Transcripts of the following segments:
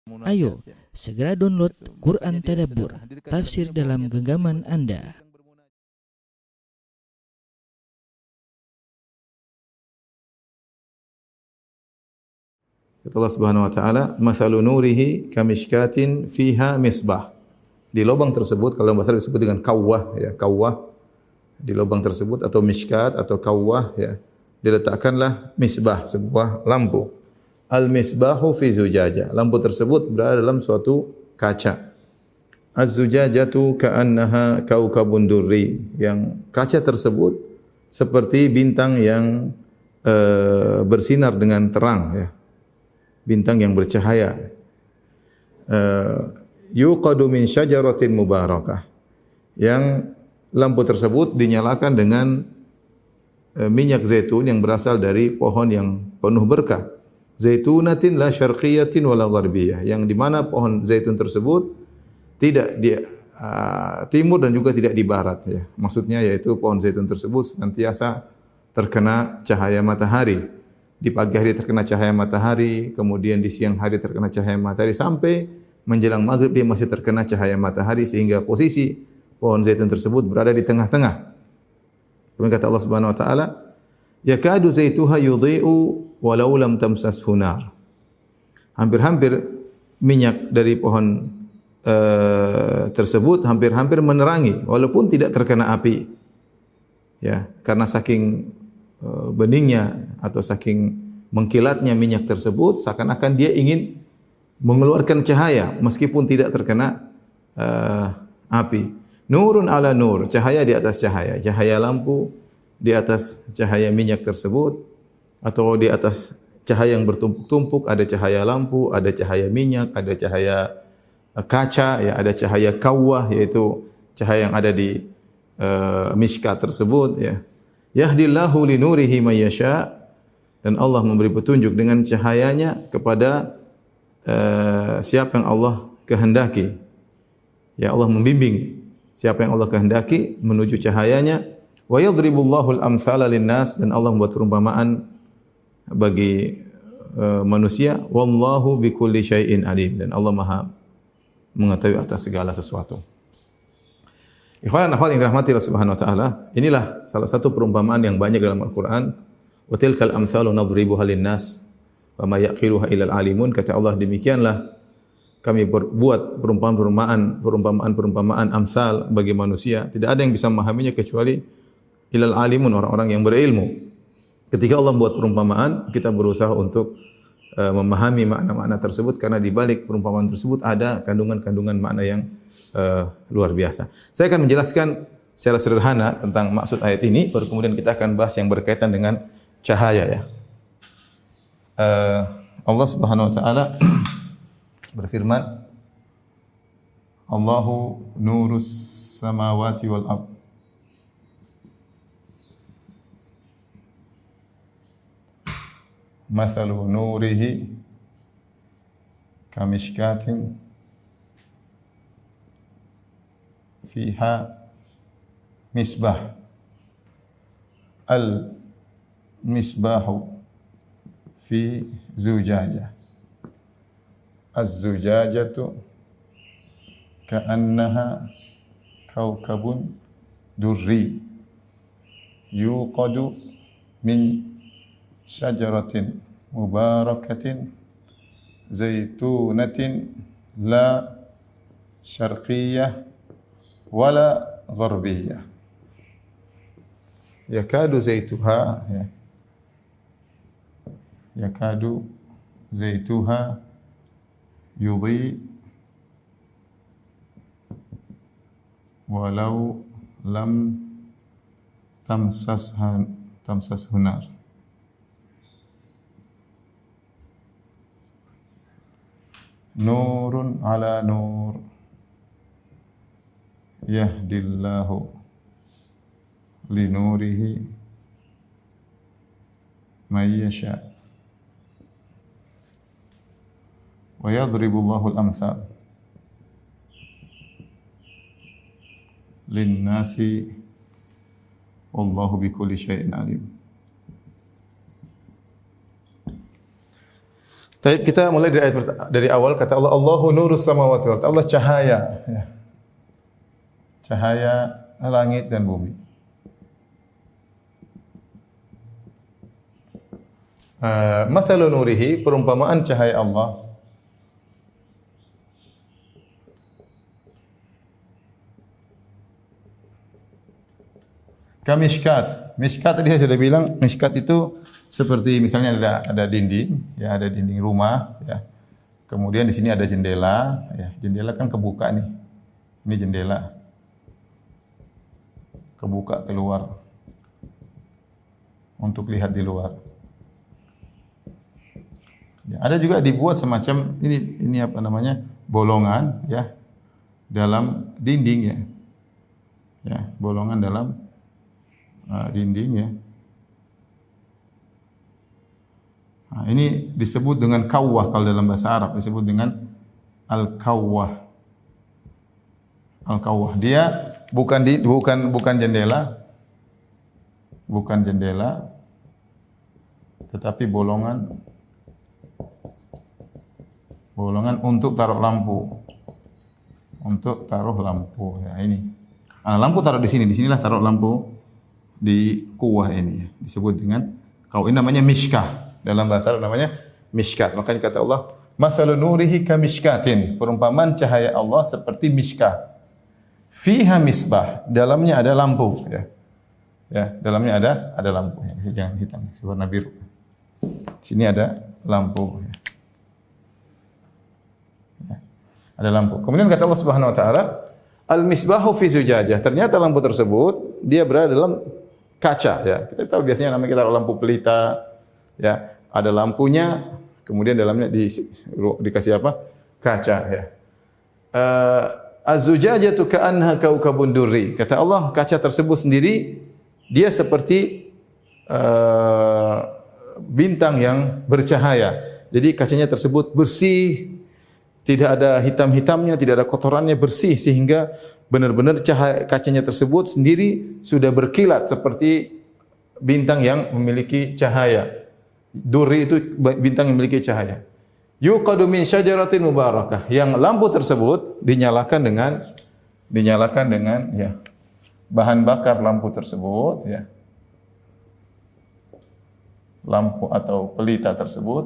Ayo, segera download Quran Tadabbur, tafsir dalam genggaman Anda. Kata Allah Subhanahu wa taala, "Mathalu nurihi kamishkatin fiha misbah." Di lubang tersebut, kalau bahasa Arab disebut dengan kawwah ya, kawwah. Di lubang tersebut atau mishkat atau kawwah ya, diletakkanlah misbah, sebuah lampu. Al-misbahu fi zujajah. Lampu tersebut berada dalam suatu kaca. Az-zujajatu ka'annaha kaukabun durri. Yang kaca tersebut seperti bintang yang bersinar dengan terang ya. Bintang yang bercahaya. Yuqadu min syajaratin mubarakah. Yang lampu tersebut dinyalakan dengan minyak zaitun yang berasal dari pohon yang penuh berkah. Zaitunatin la syarqiyatin wala gharbiyah. Yang di mana pohon zaitun tersebut tidak di timur dan juga tidak di barat ya. Maksudnya yaitu pohon zaitun tersebut senantiasa terkena cahaya matahari. Di pagi hari terkena cahaya matahari, kemudian di siang hari terkena cahaya matahari, sampai menjelang maghrib dia masih terkena cahaya matahari, sehingga posisi pohon zaitun tersebut berada di tengah-tengah. Kemudian kata Allah Subhanahu wa taala, "Yakadu zaituha yudhi'u walau lam tamsashu nar." Hampir-hampir minyak dari pohon tersebut hampir-hampir menerangi walaupun tidak terkena api. Ya, karena saking beningnya atau saking mengkilatnya minyak tersebut, seakan-akan dia ingin mengeluarkan cahaya meskipun tidak terkena api. Nurun ala nur, cahaya di atas cahaya, cahaya lampu di atas cahaya minyak tersebut, atau di atas cahaya yang bertumpuk-tumpuk, ada cahaya lampu, ada cahaya minyak, ada cahaya kaca, ya, ada cahaya kawwah, yaitu cahaya yang ada di mishkat tersebut ya. Yahdillahu linurihi may yasha, dan Allah memberi petunjuk dengan cahayanya kepada siapa yang Allah kehendaki. Ya, Allah membimbing siapa yang Allah kehendaki menuju cahayanya. Wa yadribullahu al-amthala lin-nas, dan Allah membuat perumpamaan bagi manusia. Wallahu bikulli syai'in alim, dan Allah Maha mengetahui atas segala sesuatu. Ikhwan dan akhwat yang dirahmati Allah Subhanahu wa taala, inilah salah satu perumpamaan yang banyak dalam Al-Qur'an. Wa tilkal amsalu nadribuha lin-nas wa ma yaqiluha illal alimun. Kata Allah, demikianlah kami berbuat perumpamaan amsal bagi manusia. Tidak ada yang bisa memahaminya kecuali illal alimun, orang-orang yang berilmu. Ketika Allah membuat perumpamaan, kita berusaha untuk memahami makna-makna tersebut, karena di balik perumpamaan tersebut ada kandungan-kandungan makna yang luar biasa. Saya akan menjelaskan secara sederhana tentang maksud ayat ini, baru kemudian kita akan bahas yang berkaitan dengan cahaya ya. Allah Subhanahu wa taala berfirman, Allahu nurus samawati wal ardh. Mathalu nurihi kamishkatin fiha misbah. Al-misbahu fi zujajah. Az-zujajatu ka'annaha kaukabun durri yuqadu min syajaratin mubarakatin zaitunatin la syarqiyah wala gharbiyah. Yakadu zaituha ya. Yakadu zaituha yudhi walau lam tamsashu nar. Nurun ala nur yahdillahu linurihi may yasha wa yadribullahu al-amsal lin-nasi wallahu bikulli syai'in alim. Baik, kita mulai dari dari awal kata Allah, Allahu nurus samawati wal ardh. Allah cahaya, ya. Cahaya langit dan bumi. Mathalu nurihi, perumpamaan cahaya Allah. Kamishkat. Mishkat tadi saya sudah bilang, mishkat itu seperti misalnya ada dinding, ya ada dinding rumah, ya. Kemudian di sini ada jendela, ya. Jendela kan kebuka nih. Ini jendela. Kebuka keluar untuk lihat di luar. Ya, ada juga dibuat semacam ini apa namanya? Bolongan, ya. Dalam dinding, ya. Ya, bolongan dalam dinding, ya. Nah, ini disebut dengan kawwah kalau dalam bahasa Arab disebut dengan al-kawwah. Al-kawwah. Dia bukan jendela. Bukan jendela. Tetapi bolongan untuk taruh lampu. Untuk taruh lampu. Ya, ini. Nah, lampu taruh di sini. Di sinilah taruh lampu di kuwah ini, ya. Disebut dengan ini namanya mishkah. Dalam bahasa Arab namanya mishkat. Makanya kata Allah, "Mathalu nurihi kamishkatin." Perumpamaan cahaya Allah seperti mishkah. Fiha misbah, dalamnya ada lampu, ya. Ya, dalamnya ada lampu. Ya, jangan hitam, warna biru. Sini ada lampu, ya. Ya, ada lampu. Kemudian kata Allah Subhanahu wa taala, "Al-misbahu fi zujajah." Ternyata lampu tersebut dia berada dalam kaca, ya. Kita tahu biasanya namanya kita lampu pelita, ya. Ada lampunya, kemudian dalamnya dikasih apa? Kaca, ya. Az-zujajatu ka'annaha kaukabun durri. Kata Allah, kaca tersebut sendiri dia seperti bintang yang bercahaya. Jadi kacanya tersebut bersih, tidak ada hitam-hitamnya, tidak ada kotorannya, bersih sehingga benar-benar cahaya kacanya tersebut sendiri sudah berkilat seperti bintang yang memiliki cahaya. Duri itu bintang yang memiliki cahaya. Yuqadu min syajaratin mubarakah. Yang lampu tersebut dinyalakan dengan ya bahan bakar lampu tersebut, ya. Lampu atau pelita tersebut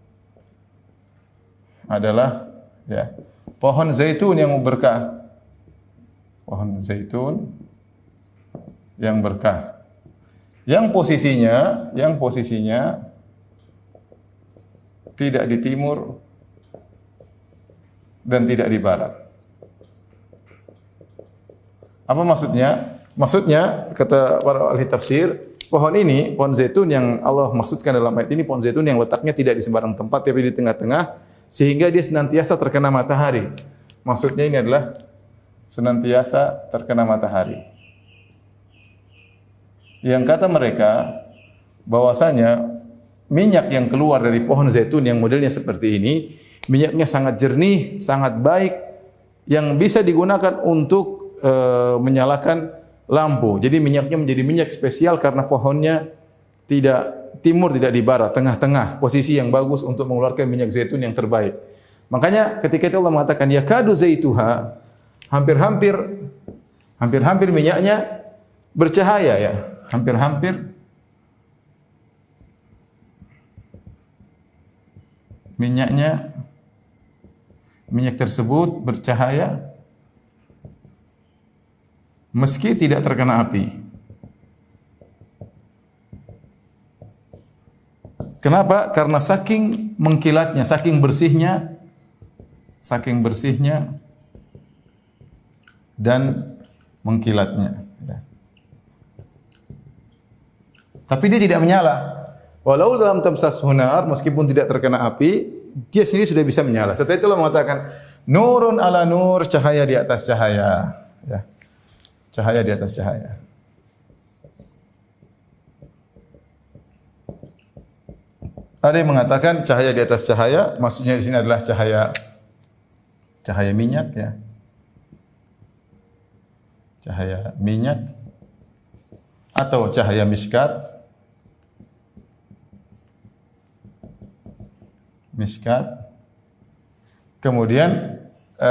adalah, ya, pohon zaitun yang berkah. Pohon zaitun yang berkah. Yang posisinya tidak di timur dan tidak di barat. Apa maksudnya? Maksudnya kata para ahli tafsir, pohon zaitun yang Allah maksudkan dalam ayat ini, pohon zaitun yang letaknya tidak di sembarang tempat tapi di tengah-tengah sehingga dia senantiasa terkena matahari. Maksudnya ini adalah senantiasa terkena matahari. Yang kata mereka bahwasanya minyak yang keluar dari pohon zaitun yang modelnya seperti ini, minyaknya sangat jernih, sangat baik, yang bisa digunakan untuk menyalakan lampu. Jadi minyaknya menjadi minyak spesial karena pohonnya tidak timur, tidak di barat, tengah-tengah, posisi yang bagus untuk mengeluarkan minyak zaitun yang terbaik. Makanya ketika itu Allah mengatakan yakadu zaituha, hampir-hampir minyaknya bercahaya, ya. Hampir-hampir minyak tersebut bercahaya meski tidak terkena api. Kenapa? Karena saking mengkilatnya, saking bersihnya dan mengkilatnya. Ya. Tapi dia tidak menyala. Walau dalam tamsashu nar, meskipun tidak terkena api, dia sendiri sudah bisa menyala. Setelah itu Allah mengatakan, nurun ala nur, cahaya di atas cahaya. Ya. Cahaya di atas cahaya. Ada yang mengatakan cahaya di atas cahaya, maksudnya di sini adalah cahaya minyak, ya. Cahaya minyak atau cahaya miskat. Miskat. Kemudian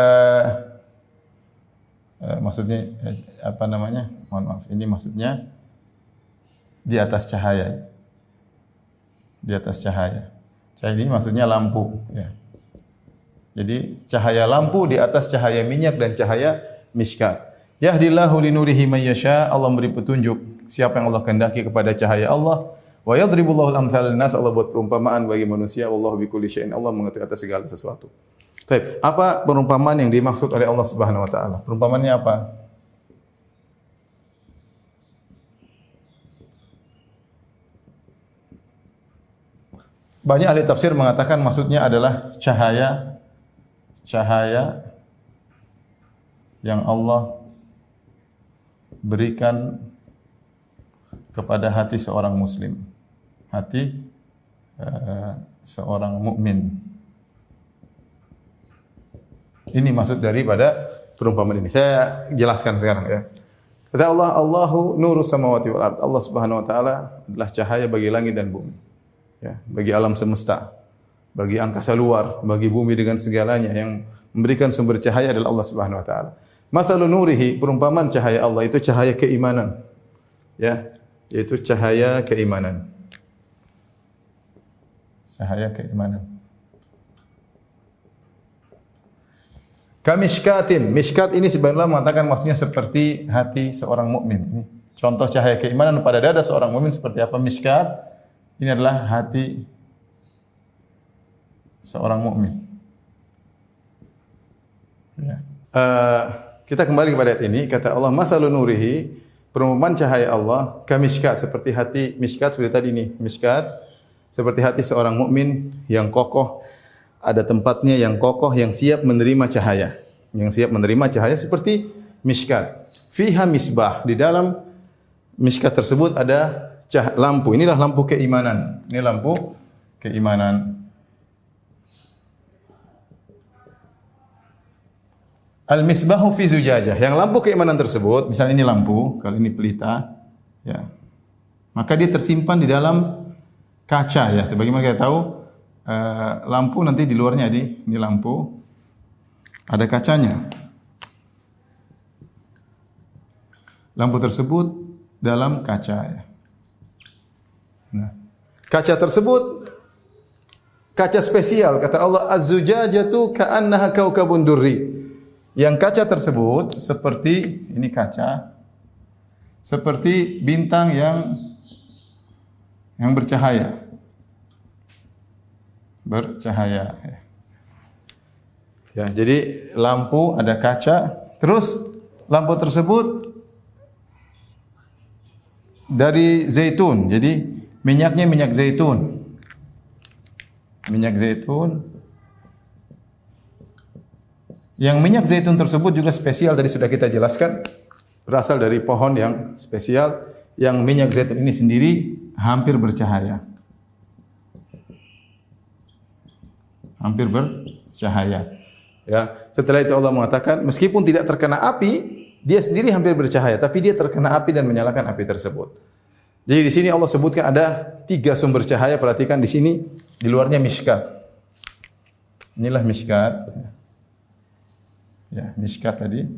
maksudnya apa namanya? Mohon maaf. Ini maksudnya di atas cahaya. Di atas cahaya. Cahaya ini maksudnya lampu, ya. Jadi cahaya lampu di atas cahaya minyak dan cahaya miskat. Yahdillahu linurihi may yasha. Allah memberi petunjuk siapa yang Allah kehendaki kepada cahaya Allah. Wa yadribullahu al-amsal lin-nas. Allah buat perumpamaan bagi manusia. Wallahu bikulli syai'in. Allah mengerti atas segala sesuatu. Baik, apa perumpamaan yang dimaksud oleh Allah Subhanahu wa taala? Perumpamaannya apa? Banyak ahli tafsir mengatakan maksudnya adalah cahaya yang Allah berikan kepada hati seorang muslim, hati seorang mukmin. Ini maksud daripada perumpamaan ini. Saya jelaskan sekarang, ya. Kata Allah, Allahu nurus samawati wal ard. Allah Subhanahu wa taala adalah cahaya bagi langit dan bumi. Ya, bagi alam semesta, bagi angkasa luar, bagi bumi dengan segalanya. Yang memberikan sumber cahaya adalah Allah Subhanahu wa taala. Mathalun nurihi, perumpamaan cahaya Allah itu cahaya keimanan. Ya, yaitu cahaya keimanan. Cahaya keimanan. Kamishkatin. Mishkat ini sebenarnya mengatakan maksudnya seperti hati seorang mukmin. Ini contoh cahaya keimanan pada dada seorang mukmin seperti apa? Mishkat ini adalah hati seorang mukmin. Ya. Kita kembali kepada ayat ini. Kata Allah, "Matsalun nurihi", perumpamaan cahaya Allah, kamishkat, seperti hati mishkat seperti tadi ini. Mishkat seperti hati seorang mukmin yang kokoh, ada tempatnya yang kokoh, yang siap menerima cahaya. Yang siap menerima cahaya seperti mishkat. Fiha misbah, di dalam mishkat tersebut ada lampu. Inilah lampu keimanan. Ini lampu keimanan. Al-misbahu fi zujajah. Yang lampu keimanan tersebut, misalnya ini lampu, kalau ini pelita, ya. Maka dia tersimpan di dalam kaca, ya. Sebagaimana kita tahu, lampu nanti di luarnya ini lampu ada kacanya. Lampu tersebut dalam kaca, ya. Nah, kaca tersebut kaca spesial, kata Allah, az-zujajatu ka'annaha kaukabun durri. Yang kaca tersebut seperti ini kaca seperti bintang yang bercahaya. Bercahaya. Ya, jadi lampu ada kaca, terus lampu tersebut dari zaitun. Jadi minyaknya minyak zaitun. Minyak zaitun. Yang minyak zaitun tersebut juga spesial, tadi sudah kita jelaskan, berasal dari pohon yang spesial. Yang minyak zaitun ini sendiri hampir bercahaya. Hampir bercahaya. Ya, setelah itu Allah mengatakan, meskipun tidak terkena api, dia sendiri hampir bercahaya, tapi dia terkena api dan menyalakan api tersebut. Jadi di sini Allah sebutkan ada 3 sumber cahaya. Perhatikan di sini, di luarnya mishkat. Inilah mishkat. Ya, mishkat tadi.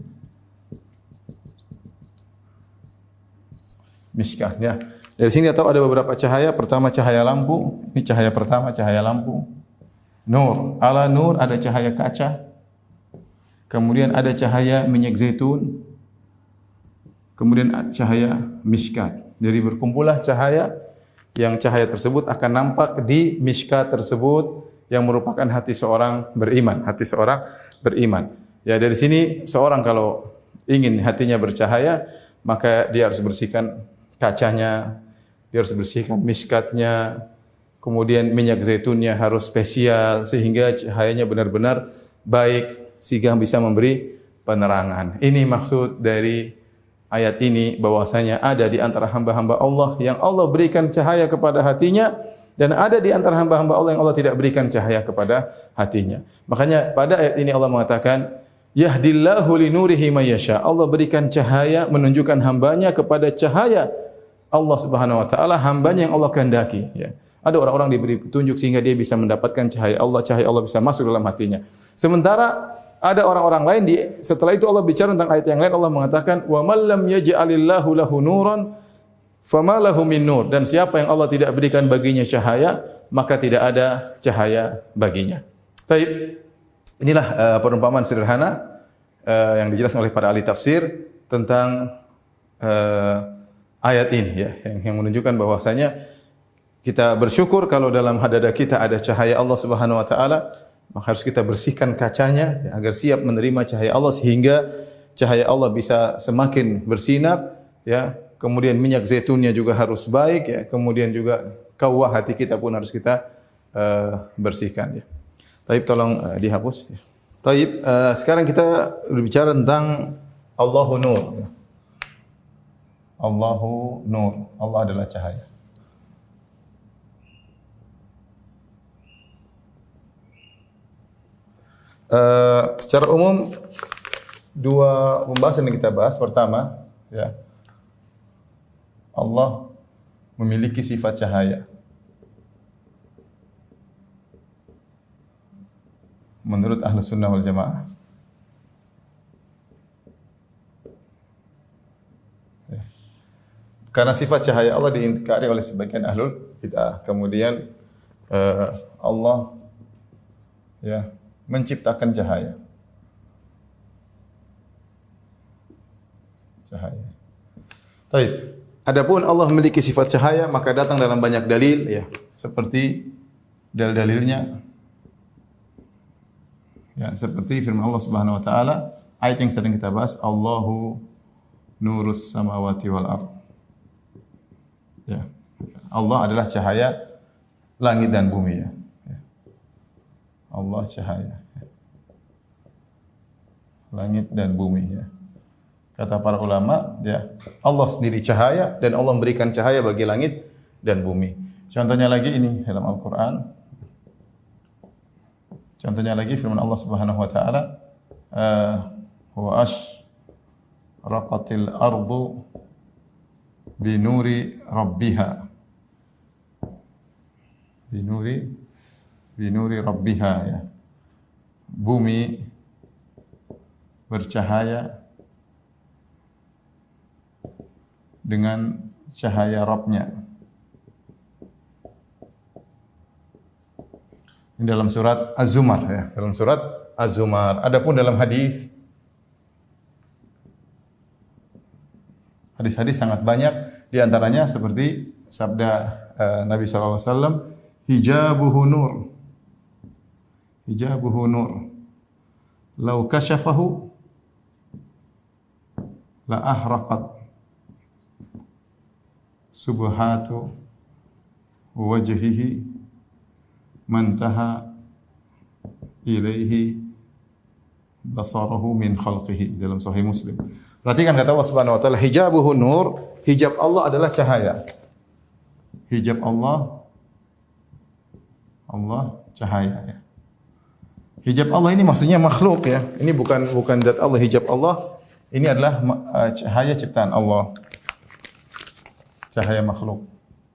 Mishkat, ya. Dari sini tahu ada beberapa cahaya. Pertama cahaya lampu. Ini cahaya pertama, cahaya lampu. Nur, ala nur, ada cahaya kaca. Kemudian ada cahaya minyak zaitun. Kemudian cahaya mishkat. Jadi berkumpullah cahaya, yang cahaya tersebut akan nampak di mishkat tersebut, yang merupakan hati seorang beriman. Hati seorang beriman. Ya, dari sini seorang kalau ingin hatinya bercahaya, maka dia harus bersihkan kacanya, dia harus bersihkan mishkatnya, kemudian minyak zaitunnya harus spesial sehingga cahayanya benar-benar baik sehingga bisa memberi penerangan. Ini maksud dari ayat ini, bahwasanya ada di antara hamba-hamba Allah yang Allah berikan cahaya kepada hatinya, dan ada di antara hamba-hamba Allah yang Allah tidak berikan cahaya kepada hatinya. Makanya pada ayat ini Allah mengatakan, yahdillahu linurihi may yasha. Allah berikan cahaya, menunjukkan hambanya kepada cahaya Allah Subhanahu wa taala, hambanya yang Allah kehendaki, ya. Ada orang-orang diberi petunjuk sehingga dia bisa mendapatkan cahaya Allah bisa masuk dalam hatinya. Sementara ada orang-orang lain setelah itu Allah bicara tentang ayat yang lain, Allah mengatakan wa man lam yaj'alillahu lahu nuran fama lahu min nur, dan siapa yang Allah tidak berikan baginya cahaya maka tidak ada cahaya baginya. Baik. Inilah perumpamaan sederhana yang dijelaskan oleh para ahli tafsir tentang ayat ini ya, yang menunjukkan bahwasanya kita bersyukur kalau dalam dada kita ada cahaya Allah Subhanahu wa taala, maka harus kita bersihkan kacanya ya, agar siap menerima cahaya Allah sehingga cahaya Allah bisa semakin bersinar ya. Kemudian minyak zaitunnya juga harus baik ya, kemudian juga kawah hati kita pun harus kita bersihkan ya. Taib tolong dihapus. Taib, sekarang kita berbicara tentang Allahu Nur. Allahu Nur. Allah adalah cahaya. Secara umum dua pembahasan yang kita bahas. Pertama, ya, Allah memiliki sifat cahaya. Menurut Ahlus Sunnah wal Jamaah. Karena sifat cahaya Allah diingkari oleh sebagian ahlul bid'ah. Kemudian Allah ya menciptakan cahaya. Baik. Adapun Allah memiliki sifat cahaya, maka datang dalam banyak dalil ya, seperti dalil-dalilnya ya, seperti firman Allah Subhanahu wa taala, ayat yang sedang kita bahas, Allahu nurus samawati wal ardh. Ya. Allah adalah cahaya langit dan bumi ya. Allah cahaya. Langit dan bumi ya. Kata para ulama ya, Allah sendiri cahaya dan Allah memberikan cahaya bagi langit dan bumi. Contohnya lagi ini dalam Al-Qur'an. Contohnya lagi firman Allah Subhanahu wa taala, wa asyraqatil ardu binuri rabbiha. Binuri rabbiha ya. Bumi bercahaya dengan cahaya Rabb-nya. Ini dalam surat Az-Zumar ya, dalam surat Az-Zumar. Adapun dalam hadis sangat banyak, di antaranya seperti sabda Nabi sallallahu alaihi wasallam, hijabuhu nur. Hijabuhu nur. Lau kasyafahu la ahraqat subhatu wajhihi mantaha ilaihi basarahu min khalqihi, dalam sahih Muslim. Perhatikan kata Allah Subhanahu wa taala, hijabuhu nur, hijab Allah adalah cahaya. Hijab Allah cahaya ya. Hijab Allah ini maksudnya makhluk ya. Ini bukan zat Allah. Hijab Allah ini adalah cahaya ciptaan Allah. Cahaya makhluk.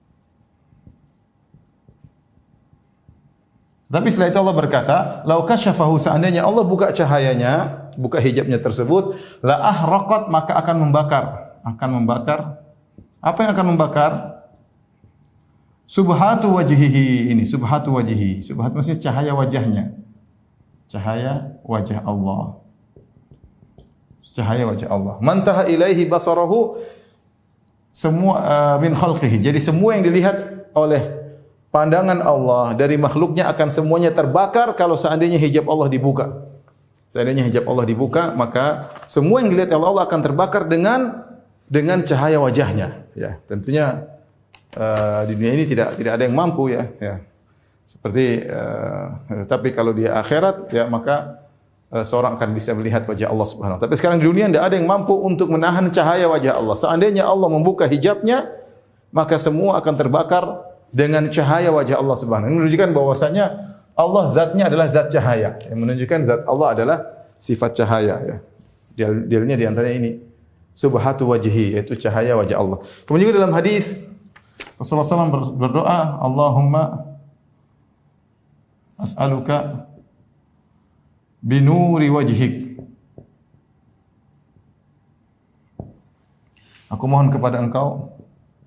Tapi setelah itu Allah berkata, lau kasyafahu, seandainya Allah buka cahayanya, buka hijabnya tersebut, la ahraqat, maka akan membakar. Apa yang akan membakar? Subhatu wajhihi, ini subhatu wajhihi. Subhatu maksudnya cahaya wajahnya. Cahaya wajah Allah. Cahaya wajah Allah. Mantaha ilaihi basarahu, semua min khalqihi. Jadi semua yang dilihat oleh pandangan Allah dari makhluknya akan semuanya terbakar kalau seandainya hijab Allah dibuka. Seandainya hijab Allah dibuka, maka semua yang dilihat oleh Allah akan terbakar dengan cahaya wajahnya. Ya, tentunya di dunia ini tidak ada yang mampu ya. Seperti tapi kalau di akhirat ya, maka seorang akan bisa melihat wajah Allah Subhanahu wa taala. Tapi sekarang di dunia tidak ada yang mampu untuk menahan cahaya wajah Allah. Seandainya Allah membuka hijabnya, maka semua akan terbakar dengan cahaya wajah Allah Subhanahu wa taala. Menunjukkan bahwasanya Allah zatnya adalah zat cahaya. Yang menunjukkan zat Allah adalah sifat cahaya ya. Dalilnya di antaranya ini, subhatu wajhi, yaitu cahaya wajah Allah. Kemudian juga dalam hadis Rasulullah SAW berdoa, Allahumma as'aluka binuri wajhik. Aku mohon kepada Engkau,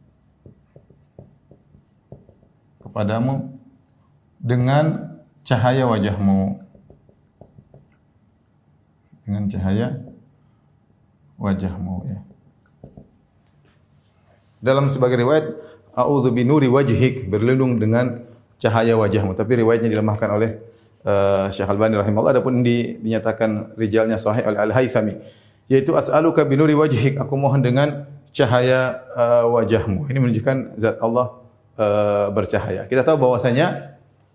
kepadamu dengan cahaya wajahmu. Dengan cahaya wajahmu, ya. Dalam sebagai riwayat, a'udzu binuri wajhik, berlindung dengan cahaya wajahmu. Tapi riwayatnya dilemahkan oleh Syekh Albani rahimahullah. Adapun dinyatakan rijalnya sahih oleh Al-Haythami, yaitu as'aluka binuri wajhik, aku mohon dengan cahaya wajahmu. Ini menunjukkan zat Allah bercahaya. Kita tahu bahwasanya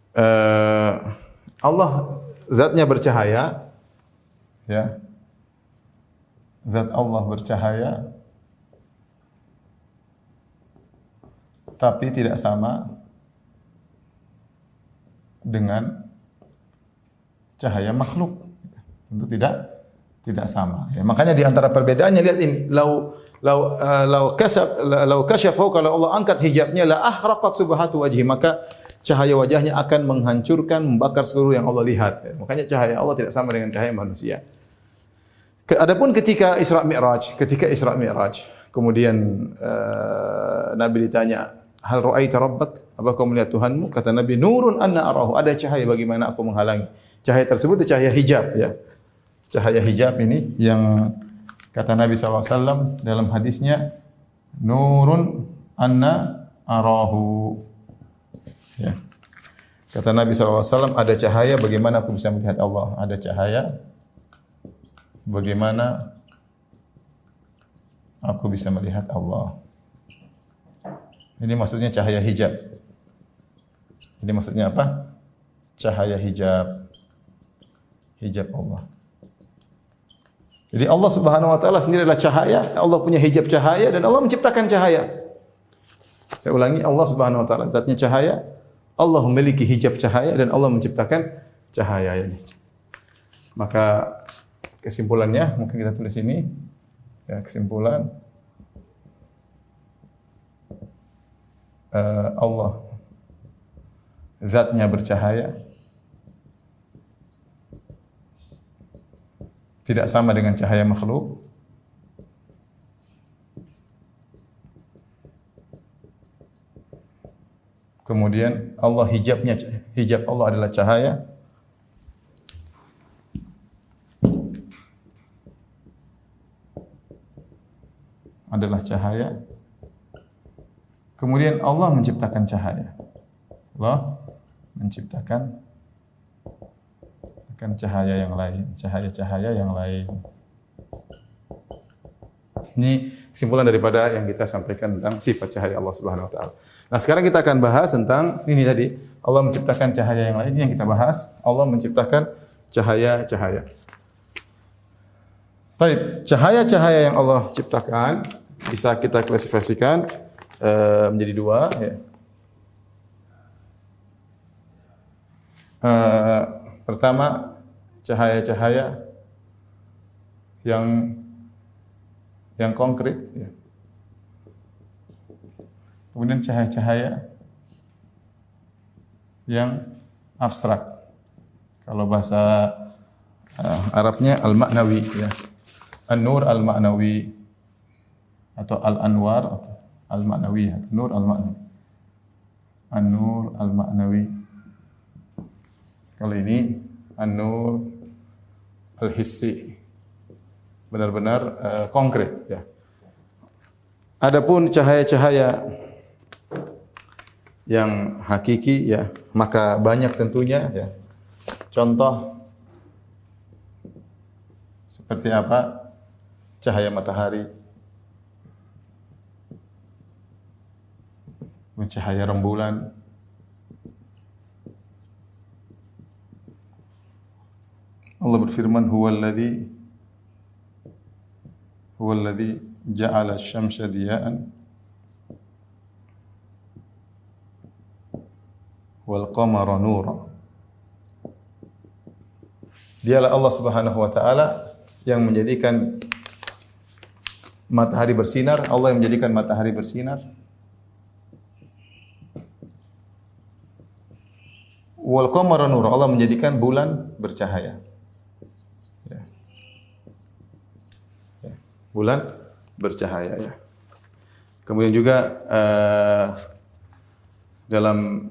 Allah zatnya bercahaya, ya. Zat Allah bercahaya, tapi tidak sama dengan cahaya makhluk. Tentu tidak sama. Ya, makanya di antara perbedaannya, lihat ini, lau kasyafa, kalau Allah angkat hijabnya, la ahraqat subhatu wajhi, maka cahaya wajahnya akan menghancurkan, membakar seluruh yang Allah lihat. Ya, makanya cahaya Allah tidak sama dengan cahaya manusia. Adapun ketika Isra Mi'raj, kemudian Nabi ditanya, hal ra'aita rabbak? Apa kau melihat Tuhanmu? Kata Nabi, nurun anna arahu, ada cahaya bagaimana aku menghalangi. Cahaya tersebut itu cahaya hijab, ya. Cahaya hijab ini yang kata Nabi SAW dalam hadisnya, nurun anna arahu. Ya. Kata Nabi SAW, ada cahaya bagaimana aku bisa melihat Allah. Ada cahaya bagaimana aku bisa melihat Allah. Ini maksudnya cahaya hijab. Ini maksudnya apa? Cahaya hijab. Hijab Allah. Jadi Allah Subhanahu wa taala sendiri adalah cahaya, Allah punya hijab cahaya dan Allah menciptakan cahaya. Saya ulangi, Allah Subhanahu wa taala zatnya cahaya, Allah memiliki hijab cahaya dan Allah menciptakan cahaya ini. Maka kesimpulannya mungkin kita tulis ini, ya, kesimpulan Allah zatnya bercahaya, tidak sama dengan cahaya makhluk. Kemudian Allah hijab Allah adalah cahaya. Adalah cahaya. Kemudian Allah menciptakan cahaya. Allah menciptakan cahaya yang lain, cahaya-cahaya yang lain. Ini kesimpulan daripada yang kita sampaikan tentang sifat cahaya Allah Subhanahu wa taala. Nah, sekarang kita akan bahas tentang ini tadi, Allah menciptakan cahaya yang lain. Ini yang kita bahas, Allah menciptakan cahaya-cahaya. Baik, cahaya-cahaya yang Allah ciptakan bisa kita klasifikasikan menjadi dua, ya. Pertama, cahaya-cahaya yang konkret, ya. Kemudian cahaya-cahaya yang abstrak. Kalau bahasa Arabnya al-ma'nawi, ya. An-nur al-ma'nawi atau al-anwar atau al-ma'nawi, nur al-ma'nawi. An-nur al-ma'nawi. Kalau ini an-nur al-hissi, benar-benar konkret, ya. Adapun cahaya-cahaya yang hakiki, ya, maka banyak tentunya, ya. Contoh seperti apa? Cahaya matahari, cahaya rembulan, Allah berfirman, huwallazi ja'ala asy-syamsa diya'an wal qamara nuran. Dialah Allah Subhanahu wa taala yang menjadikan matahari bersinar, Allah yang menjadikan matahari bersinar wal qamara nur. Allah menjadikan bulan bercahaya. Ya. Ya. Bulan bercahaya ya. Kemudian juga dalam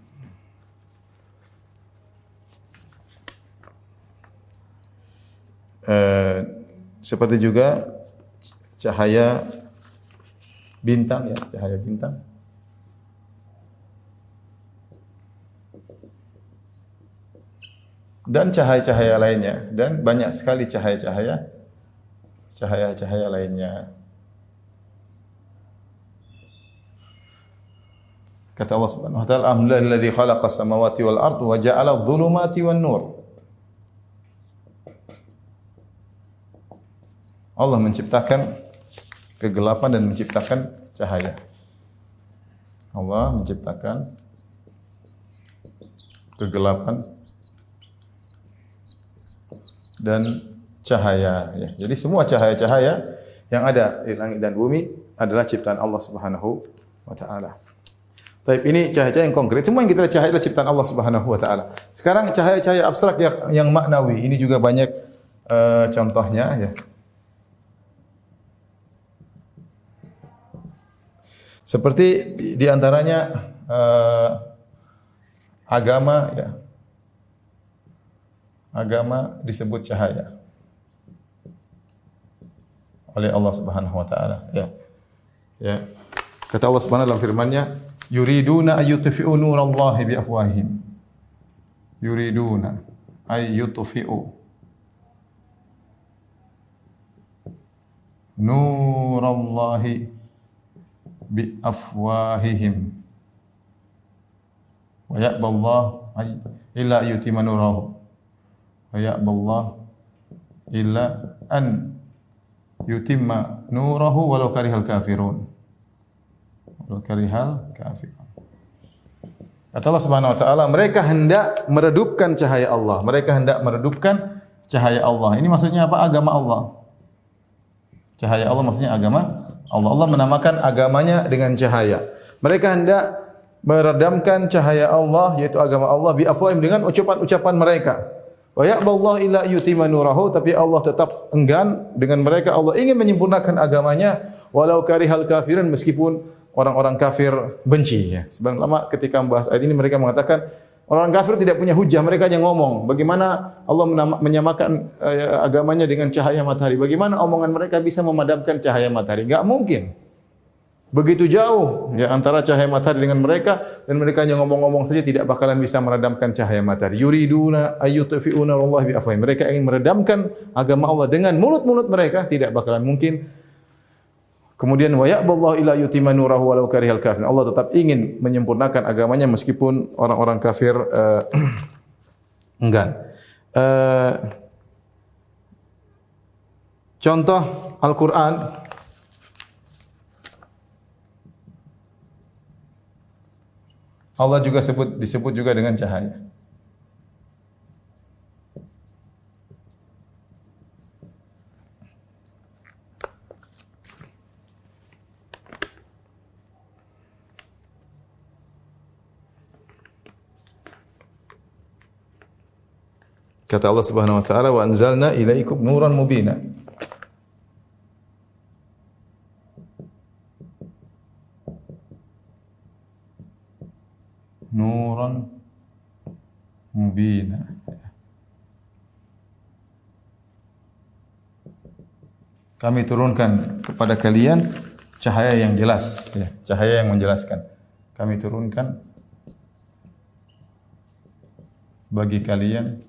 seperti juga cahaya bintang ya, cahaya bintang. Dan cahaya-cahaya lainnya, dan banyak sekali cahaya-cahaya lainnya. Kata Allah Subhanahu wa taala, "Alhamdulillahilladzi khalaqas samawati wal ardh wa ja'ala adh-dhulumati wan nur." Allah menciptakan kegelapan dan menciptakan cahaya. Allah menciptakan kegelapan dan cahaya ya. Jadi semua cahaya-cahaya yang ada di langit dan bumi adalah ciptaan Allah Subhanahu wa taala. Tapi ini cahaya-cahaya yang konkret. Semua yang kita lihat cahaya adalah ciptaan Allah Subhanahu wa taala. Sekarang cahaya-cahaya abstrak yang maknawi. Ini juga banyak contohnya ya. Seperti di antaranya agama ya. Agama disebut cahaya oleh Allah Subhanahu wa taala ya. Ya. Kata Allah Subhanahu dalam firman-Nya, yuriduna ayyutfi'u nurallahi bi afwahihim. Yuriduna ayyutfi'u nurallahi bi afwahihim. Wa ya'ballahu illa yutimma nurahu. Wa ya'ballahu illa an yutimma nurahu walau karihal kafirun. Walau karihal kafirun. Kata Allah Subhanahu wa taala, mereka hendak meredupkan cahaya Allah. Mereka hendak meredupkan cahaya Allah. Ini maksudnya apa? Agama Allah. Cahaya Allah maksudnya agama Allah. Allah menamakan agamanya dengan cahaya. Mereka hendak meredamkan cahaya Allah, yaitu agama Allah, bi afwahim, dengan ucapan-ucapan mereka. Wa ya'ballahu illa yutimma nurahu, tapi Allah tetap enggan dengan mereka. Allah ingin menyempurnakan agamanya walau karihal kafirun, meskipun orang-orang kafir benci ya. Sebenarnya lama ketika membahas ayat ini mereka mengatakan orang kafir tidak punya hujah, mereka hanya ngomong. Bagaimana Allah menyamakan agamanya dengan cahaya matahari? Bagaimana omongan mereka bisa memadamkan cahaya matahari? Enggak mungkin. Begitu jauh ya antara cahaya matahari dengan mereka, dan mereka hanya ngomong-ngomong saja, tidak bakalan bisa meredamkan cahaya matahari. Yuriduna ayyutfi'una wallahi bi afwahihim. Mereka ingin meredamkan agama Allah dengan mulut-mulut mereka, tidak bakalan mungkin. Kemudian wa ya'ballahu illa yutimma nurahu walau karihal kafirun. Allah tetap ingin menyempurnakan agamanya meskipun orang-orang kafir enggan. Contoh Al-Qur'an, Allah juga disebut juga dengan cahaya. Kata Allah Subhanahu wa taala, wa anzalna ilaikum nuran mubina. Nuran mubina. Kami turunkan kepada kalian cahaya yang jelas, ya, cahaya yang menjelaskan. Kami turunkan bagi kalian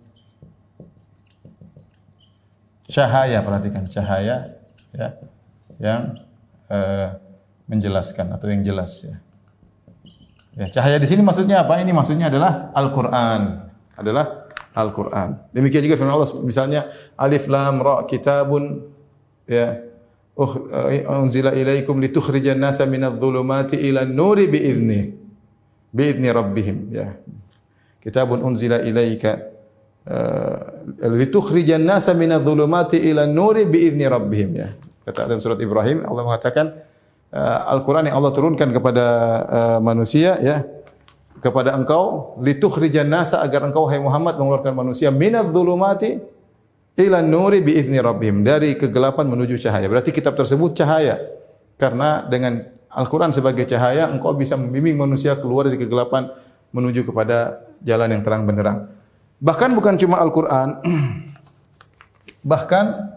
cahaya, perhatikan, cahaya ya, yang menjelaskan atau yang jelas ya. Ya, cahaya di sini maksudnya apa? Ini maksudnya adalah Al-Qur'an. Adalah Al-Qur'an. Demikian juga firman Allah misalnya Alif Lam Ra kitabun ya unzila ilaikum litukhrijan nasa minadh-dhulumati ilan nuri bi'izni rabbihim ya. Kitabun unzila ilaika litukhrijan nasa minadh-dhulumati ilan nuri bi'izni rabbihim ya. Kata dalam surat Ibrahim Allah mengatakan Al-Qur'an yang Allah turunkan kepada manusia ya, kepada engkau litukhrijan nasa, agar engkau hai Muhammad mengeluarkan manusia minadz-dzulumati ila nuri biizni rabbihim, dari kegelapan menuju cahaya. Berarti kitab tersebut cahaya. Karena dengan Al-Qur'an sebagai cahaya engkau bisa membimbing manusia keluar dari kegelapan menuju kepada jalan yang terang benderang. Bahkan bukan cuma Al-Qur'an, bahkan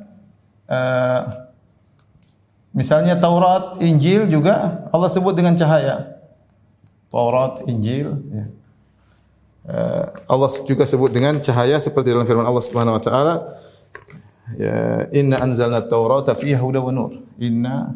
misalnya Taurat, Injil juga Allah sebut dengan cahaya. Taurat, Injil, ya. Allah juga sebut dengan cahaya seperti dalam firman Allah Subhanahu wa taala, ya, inna anzalna at-taurata fiha hudan wa nur. Inna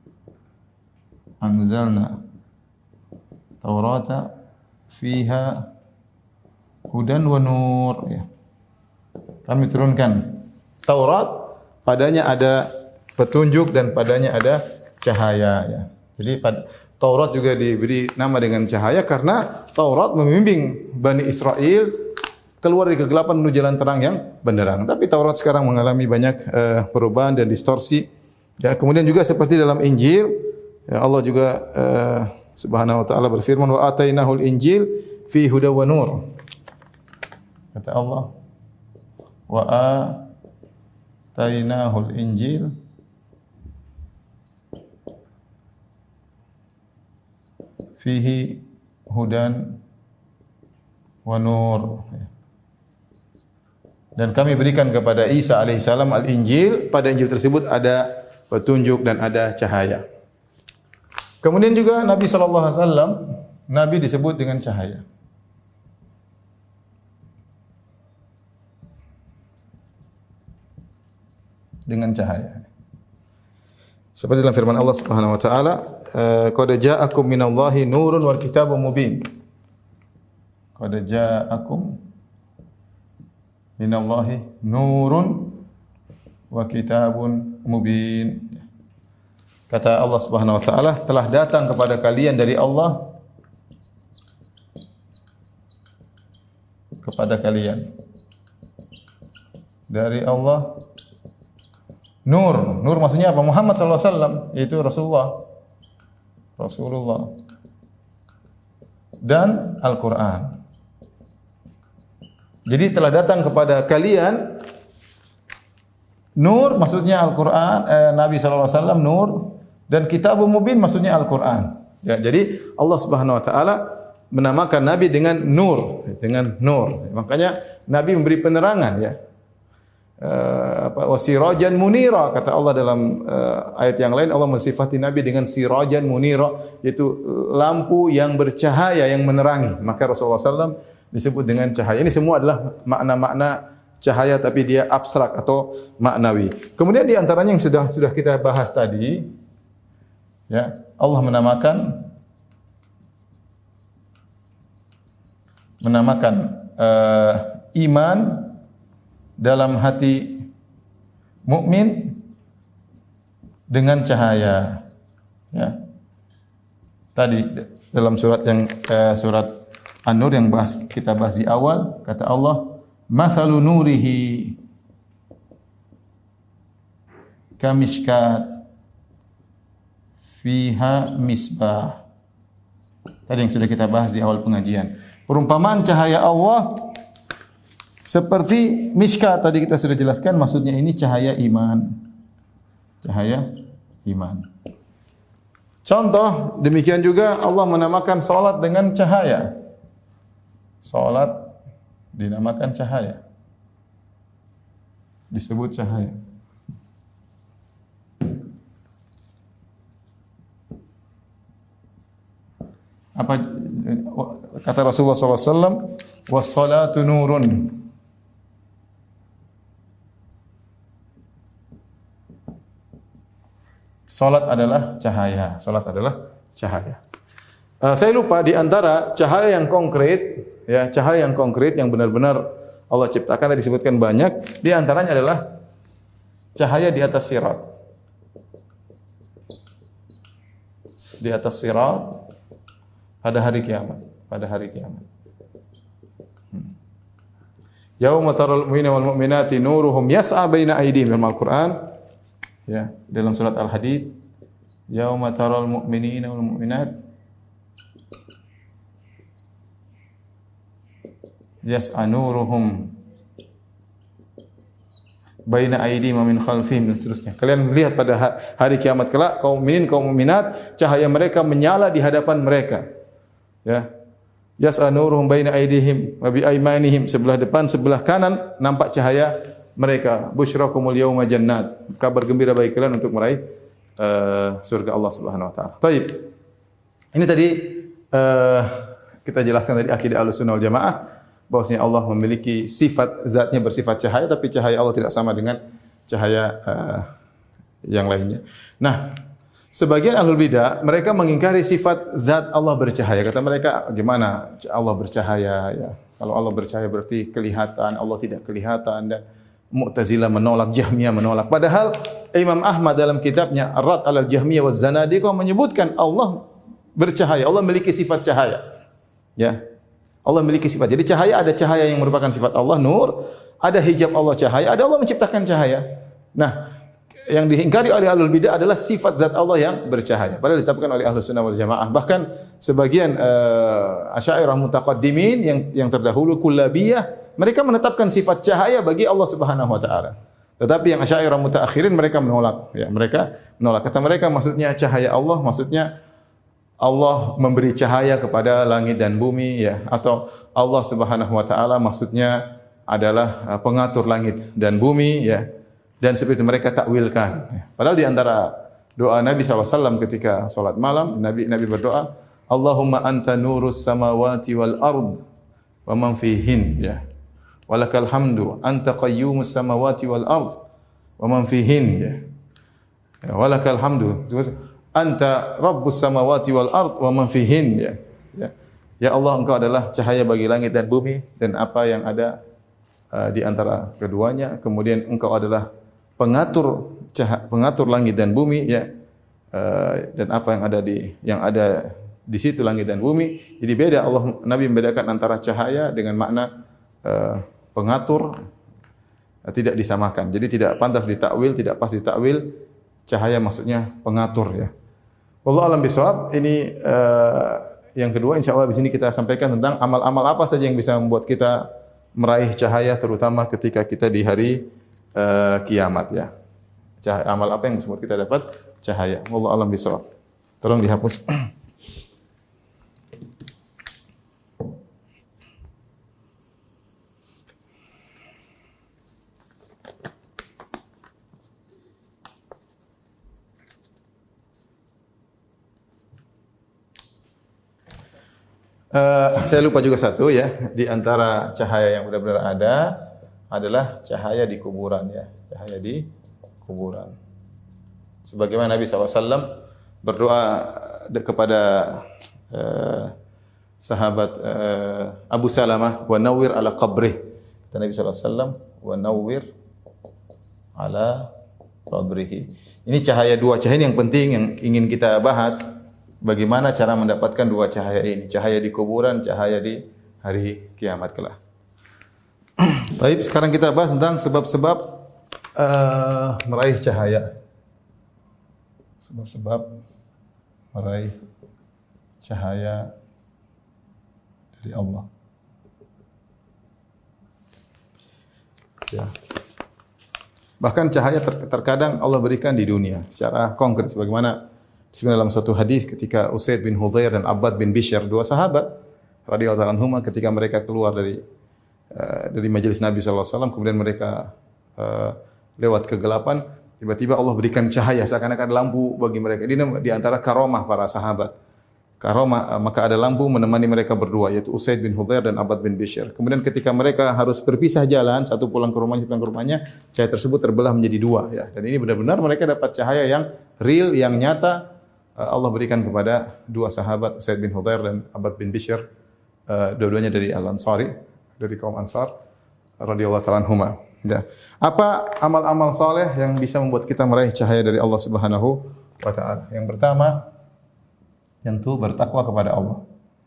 anzalna taurata fiha hudan wa nur, ya. Kami turunkan Taurat, padanya ada petunjuk dan padanya ada cahaya, ya. Jadi Taurat juga diberi nama dengan cahaya karena Taurat membimbing Bani Israel keluar dari kegelapan menuju jalan terang yang benderang. Tapi Taurat sekarang mengalami banyak perubahan dan distorsi. Ya, kemudian juga seperti dalam Injil, ya, Allah juga Subhanahu wa taala berfirman, wa atainahul Injil fi huda wa nur. Kata Allah, wa atainahul Injil fihi hudan wa nur. Dan kami berikan kepada Isa alaihissalam al-Injil, pada Injil tersebut ada petunjuk dan ada cahaya. Kemudian juga Nabi sallallahu alaihi wasallam, Nabi disebut dengan cahaya. Dengan cahaya. Seperti dalam firman Allah Subhanahu wa taala, qad ja'akum minallahi nurun wal kitabun mubin. Qad ja'akum minallahi nurun wa kitabun mubin. Kata Allah Subhanahu wa taala, telah datang kepada kalian dari Allah, kepada kalian dari Allah nur. Nur maksudnya apa? Muhammad sallallahu alaihi wasallam, yaitu Rasulullah dan Al-Qur'an. Jadi telah datang kepada kalian nur, maksudnya Al-Qur'an, Nabi sallallahu alaihi wasallam nur, dan kitabun mubin maksudnya Al-Qur'an. Ya, jadi Allah Subhanahu wa taala menamakan Nabi dengan nur, Makanya Nabi memberi penerangan, ya. Wasirajan munira, kata Allah dalam ayat yang lain. Allah mensifati Nabi dengan sirajan munira, yaitu lampu yang bercahaya, yang menerangi. Maka Rasulullah SAW disebut dengan cahaya. Ini semua adalah makna-makna cahaya, tapi dia abstrak atau maknawi. Kemudian di antaranya yang sudah kita bahas tadi, ya, Allah menamakan iman dalam hati mukmin dengan cahaya. Ya. Tadi dalam surat surat An-Nur yang kita bahas di awal, kata Allah, "Mathalu nurihi kamishkat fiha misbah." Tadi yang sudah kita bahas di awal pengajian. Perumpamaan cahaya Allah seperti mishkat, tadi kita sudah jelaskan, maksudnya ini cahaya iman. Cahaya iman. Contoh demikian juga Allah menamakan salat dengan cahaya. Salat dinamakan cahaya. Disebut cahaya. Apa kata Rasulullah SAW? Was-salatu nurun. Salat adalah cahaya. Salat adalah cahaya. Saya lupa di antara cahaya yang konkret, ya, cahaya yang konkret yang benar-benar Allah ciptakan tadi disebutkan banyak. Di antaranya adalah cahaya di atas sirat. Di atas sirat pada hari kiamat. Pada hari kiamat. Yauma taral mu'minina wal mu'minati nuruhum yas'a baina aydihim, dalam Al-Qur'an. Ya, dalam surat Al-Hadid, yauma taral mu'minina wal mu'minat yas'anuruhum baina aydihim wa min khalfihim, dan seterusnya. Kalian melihat pada hari kiamat kelak kaum mukminin, kaum mukminat, cahaya mereka menyala di hadapan mereka. Ya. Yas'anuruhum baina aydihim wa bi aymanihim, sebelah depan, sebelah kanan nampak cahaya mereka. Busyrakumul yauma jannat. Kabar gembira bagi kalian untuk meraih surga Allah Subhanahu wa taala. Baik. Ini tadi kita jelaskan tadi akidah Ahlussunnah wal Jamaah, bahwasanya Allah memiliki sifat zatnya bersifat cahaya, tapi cahaya Allah tidak sama dengan cahaya yang lainnya. Nah, sebagian ahlul bidah mereka mengingkari sifat zat Allah bercahaya. Kata mereka, gimana Allah bercahaya ya? Kalau Allah bercahaya berarti kelihatan, Allah tidak kelihatan. Dan Mu'tazilah menolak, Jahmiyah menolak. Padahal Imam Ahmad dalam kitabnya Ar-Rad 'alal Jahmiyah waz Zanadiqah menyebutkan Allah bercahaya, Allah memiliki sifat cahaya. Ya. Allah memiliki sifat. Jadi cahaya, ada cahaya yang merupakan sifat Allah, nur, ada hijab Allah cahaya, ada Allah menciptakan cahaya. Nah, yang diingkari oleh ahlul bidah adalah sifat zat Allah yang bercahaya. Padahal ditetapkan oleh Ahlussunnah wal Jamaah. Bahkan sebagian Asy'ariyah mutaqaddimin yang terdahulu kullabiyah, mereka menetapkan sifat cahaya bagi Allah Subhanahu wa taala. Tetapi yang Asy'ariyah mutaakhirin mereka menolak. Ya, mereka menolak. Kata mereka maksudnya cahaya Allah, maksudnya Allah memberi cahaya kepada langit dan bumi, ya, atau Allah Subhanahu wa taala maksudnya adalah pengatur langit dan bumi, ya. Dan seperti itu mereka takwilkan. Padahal di antara doa Nabi SAW ketika salat malam, Nabi berdoa, Allahumma anta nurus samawati wal ard wa man fihin, ya. Walakal hamdu anta qayyumus samawati wal ard wa man fihin, ya. Walakal hamdu anta rabbus samawati wal ard wa man fihin, ya. Ya Allah, engkau adalah cahaya bagi langit dan bumi dan apa yang ada di antara keduanya. Kemudian engkau adalah pengatur langit dan bumi, ya. Dan apa yang ada di situ langit dan bumi. Jadi beda, Nabi membedakan antara cahaya dengan makna pengatur, tidak disamakan. Jadi tidak pantas ditakwil, tidak pas ditakwil. Cahaya maksudnya pengatur, ya. Wallahu a'lam bishawab. Ini yang kedua, insyaallah di sini kita sampaikan tentang amal-amal apa saja yang bisa membuat kita meraih cahaya, terutama ketika kita di hari kiamat, ya. Amal apa yang bisa membuat kita dapat cahaya? Wallahu a'lam bishawab. Tolong dihapus. Saya lupa juga satu, ya, di antara cahaya yang benar-benar ada adalah cahaya di kuburan, ya, cahaya di kuburan. Sebagaimana Nabi SAW berdoa kepada sahabat Abu Salamah, wa nawwir ala qabrih. Kata Nabi SAW, wa nawwir ala qabrih. Ini dua cahaya yang penting yang ingin kita bahas. Bagaimana cara mendapatkan dua cahaya ini? Cahaya di kuburan, cahaya di hari kiamat kelak. Baik, sekarang kita bahas tentang sebab-sebab meraih cahaya. Sebab-sebab meraih cahaya dari Allah. Ya. Bahkan cahaya terkadang Allah berikan di dunia secara konkret, sebagaimana dalam suatu hadis ketika Usaid bin Hudzair dan Abbad bin Bishr, dua sahabat radhiyallahu anhuma, ketika mereka keluar dari majelis Nabi sallallahu alaihi wasallam, kemudian mereka lewat kegelapan, tiba-tiba Allah berikan cahaya seakan-akan lampu bagi mereka. Ini di antara karomah para sahabat. Karomah, maka ada lampu menemani mereka berdua, yaitu Usaid bin Hudzair dan Abbad bin Bishr. Kemudian ketika mereka harus berpisah jalan, satu pulang ke rumahnya, pulang ke rumahnya, cahaya tersebut terbelah menjadi dua, ya. Dan ini benar-benar mereka dapat cahaya yang real, yang nyata. Allah berikan kepada dua sahabat, Usaid bin Hudzair dan Abbad bin Bishr, dua-duanya dari Al-Ansari, dari kaum Ansar radhiyallahu ta'ala anhuma. Ya. Apa amal-amal saleh yang bisa membuat kita meraih cahaya dari Allah Subhanahu wa taala? Yang pertama, tentu bertakwa kepada Allah.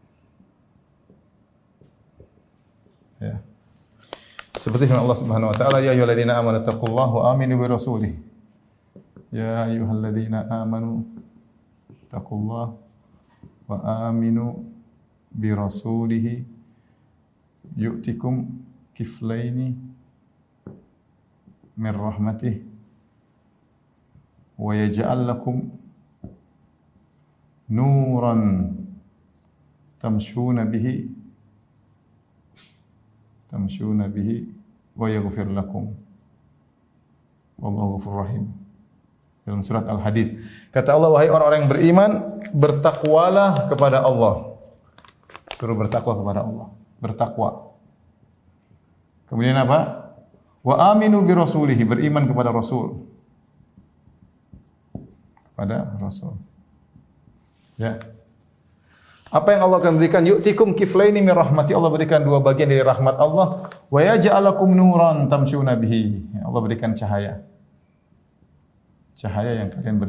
Ya. Seperti firman Allah Subhanahu wa taala, ya ayyuhalladzina amanu taqullaha wa aminu bi rasulih. Ya ayyuhalladzina amanu taqullaha wa aminu bi rasulih yu'tikum kiflaini min rahmatih wa yaj'al lakum nuran tamshuna bihi wa yaghfir lakum wallahu ghafurur rahim. Dalam surat Al-Hadid kata Allah, wahai orang-orang yang beriman, bertakwalah kepada Allah. Suruh bertakwa kepada Allah, bertakwa. Kemudian apa? Wa aminu bi rasulihi, beriman kepada Rasul. Kepada Rasul. Ya. Apa yang Allah akan berikan? Yu'tikum kiflaini min rahmati. Allah berikan dua bagian dari rahmat Allah. Wa yaj'alakum nuran tamshuna bihi. Allah berikan cahaya. Cahaya yang kalian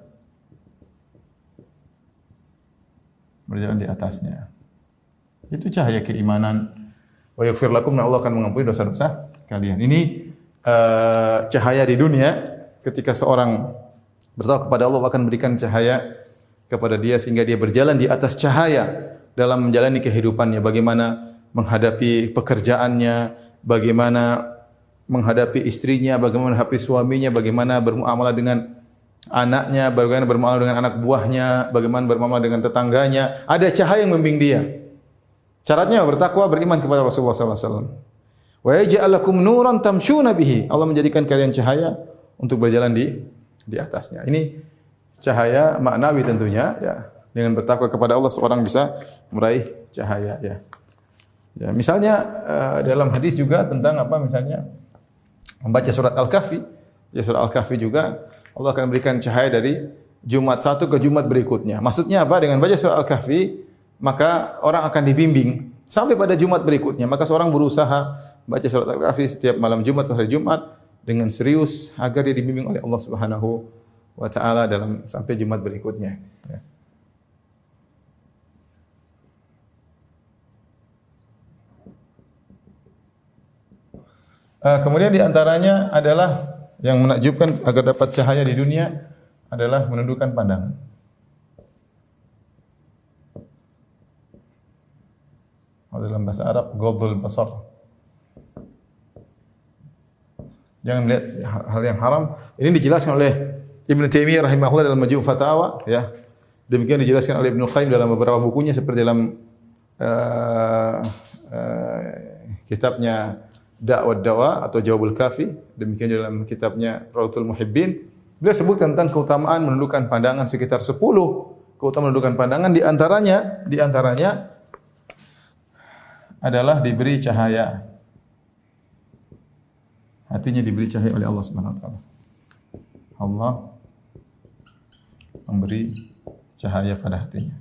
berjalan di atasnya. Itu cahaya keimanan. Wa yaghfir lakum, Allah akan mengampuni dosa-dosa kalian. Ini cahaya di dunia. Ketika seorang bertakwa kepada Allah akan berikan cahaya kepada dia sehingga dia berjalan di atas cahaya dalam menjalani kehidupannya. Bagaimana menghadapi pekerjaannya, bagaimana menghadapi istrinya, bagaimana menghadapi suaminya, bagaimana bermuamalah dengan anaknya, bagaimana bermuamalah dengan anak buahnya, bagaimana bermuamalah dengan tetangganya. Ada cahaya yang membimbing dia. Syaratnya bertakwa, beriman kepada Rasulullah SAW. Wa yaj'al lakum nuran tamshuna bihi. Allah menjadikan kalian cahaya untuk berjalan di atasnya. Ini cahaya maknawi tentunya, ya. Dengan bertakwa kepada Allah seorang bisa meraih cahaya, ya. Ya, misalnya dalam hadis juga tentang apa, misalnya membaca surat Al-Kahfi. Ya, surat Al-Kahfi juga Allah akan berikan cahaya dari Jumat satu ke Jumat berikutnya. Maksudnya apa? Dengan baca surat Al-Kahfi, maka orang akan dibimbing sampai pada Jumat berikutnya. Maka seorang berusaha baca surat Al-Kahfi setiap malam Jumat atau hari Jumat dengan serius agar dia dibimbing oleh Allah Subhanahu wa taala dalam sampai Jumat berikutnya. Ya. Kemudian di antaranya adalah yang menakjubkan agar dapat cahaya di dunia adalah menundukkan pandangan. Dalam bahasa Arab, ghaddul basar. Jangan melihat hal yang haram. Ini dijelaskan oleh Ibnu Taimiyah rahimahullah dalam Majmu' Fatawa, ya. Demikian dijelaskan oleh Ibnu Qayyim dalam beberapa bukunya seperti dalam kitabnya Da'wah Dawa atau Jawabul Kafi, demikian dalam kitabnya Rawdatul Muhibbin. Beliau sebut tentang keutamaan menundukkan pandangan sekitar 10 keutamaan menundukkan pandangan, di antaranya adalah diberi cahaya. Hatinya diberi cahaya oleh Allah Subhanahu wa taala. Allah memberi cahaya pada hatinya.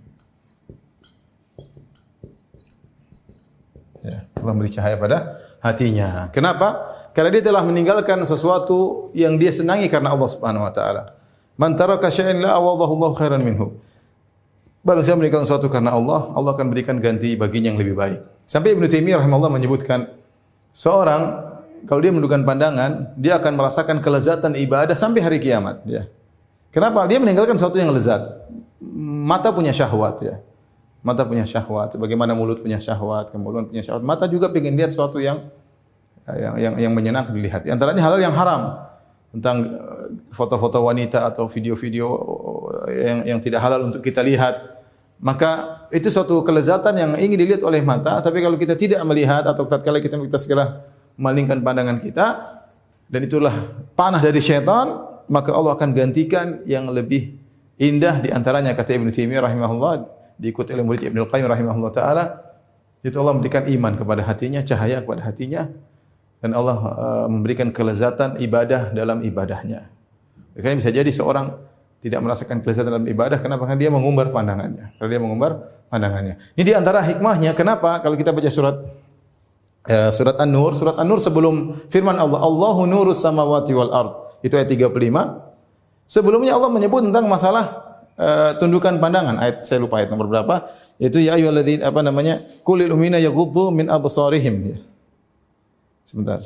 Ya, Allah memberi cahaya pada hatinya. Kenapa? Karena dia telah meninggalkan sesuatu yang dia senangi karena Allah Subhanahu wa taala. Man taraka syai'an la awadhahu Allah khairan minhu. Barang siapa meninggalkan sesuatu karena Allah, Allah akan berikan ganti baginya yang lebih baik. Sampai Ibnu Taimiyah rahimahullah menyebutkan seorang kalau dia menundukkan pandangan, dia akan merasakan kelezatan ibadah sampai hari kiamat, ya. Kenapa? Dia meninggalkan sesuatu yang lezat. Mata punya syahwat, ya. Mata punya syahwat, sebagaimana mulut punya syahwat, kemudian punya syahwat. Mata juga ingin lihat sesuatu yang menyenangkan dilihat. Di antaranya halal yang haram, tentang foto-foto wanita atau video-video yang tidak halal untuk kita lihat. Maka itu suatu kelezatan yang ingin dilihat oleh mata, tapi kalau kita tidak melihat atau tatkala kita segera memalingkan pandangan kita, dan itulah panah dari syaitan, maka Allah akan gantikan yang lebih indah. Di antaranya kata Ibnu Taimiyah rahimahullah, diikuti oleh murid Ibnu Qayyim rahimahullah taala, itu Allah memberikan iman kepada hatinya, cahaya kepada hatinya, dan Allah memberikan kelezatan ibadah dalam ibadahnya. Karena bisa jadi seorang tidak merasakan kelezatan dalam ibadah, kenapa? Karena dia mengumbar pandangannya. Ini di antara hikmahnya, kenapa kalau kita baca surat An-Nur, sebelum firman Allah, Allahu nurus samawati wal ard, itu ayat 35. Sebelumnya Allah menyebut tentang masalah tundukan pandangan. Saya lupa ayat nomor berapa. Yaitu ya ayyuhalladzina qulil mu'minina yaghuddu min absarihim. Ya. Sebentar.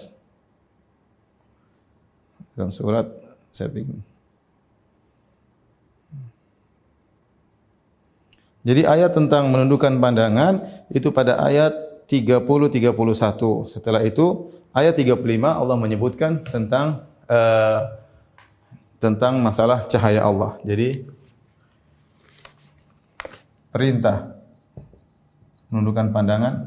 Dalam surat saya bingung. Jadi ayat tentang menundukkan pandangan itu pada ayat 30-31. Setelah itu ayat 35 Allah menyebutkan tentang masalah cahaya Allah. Jadi perintah menundukkan pandangan.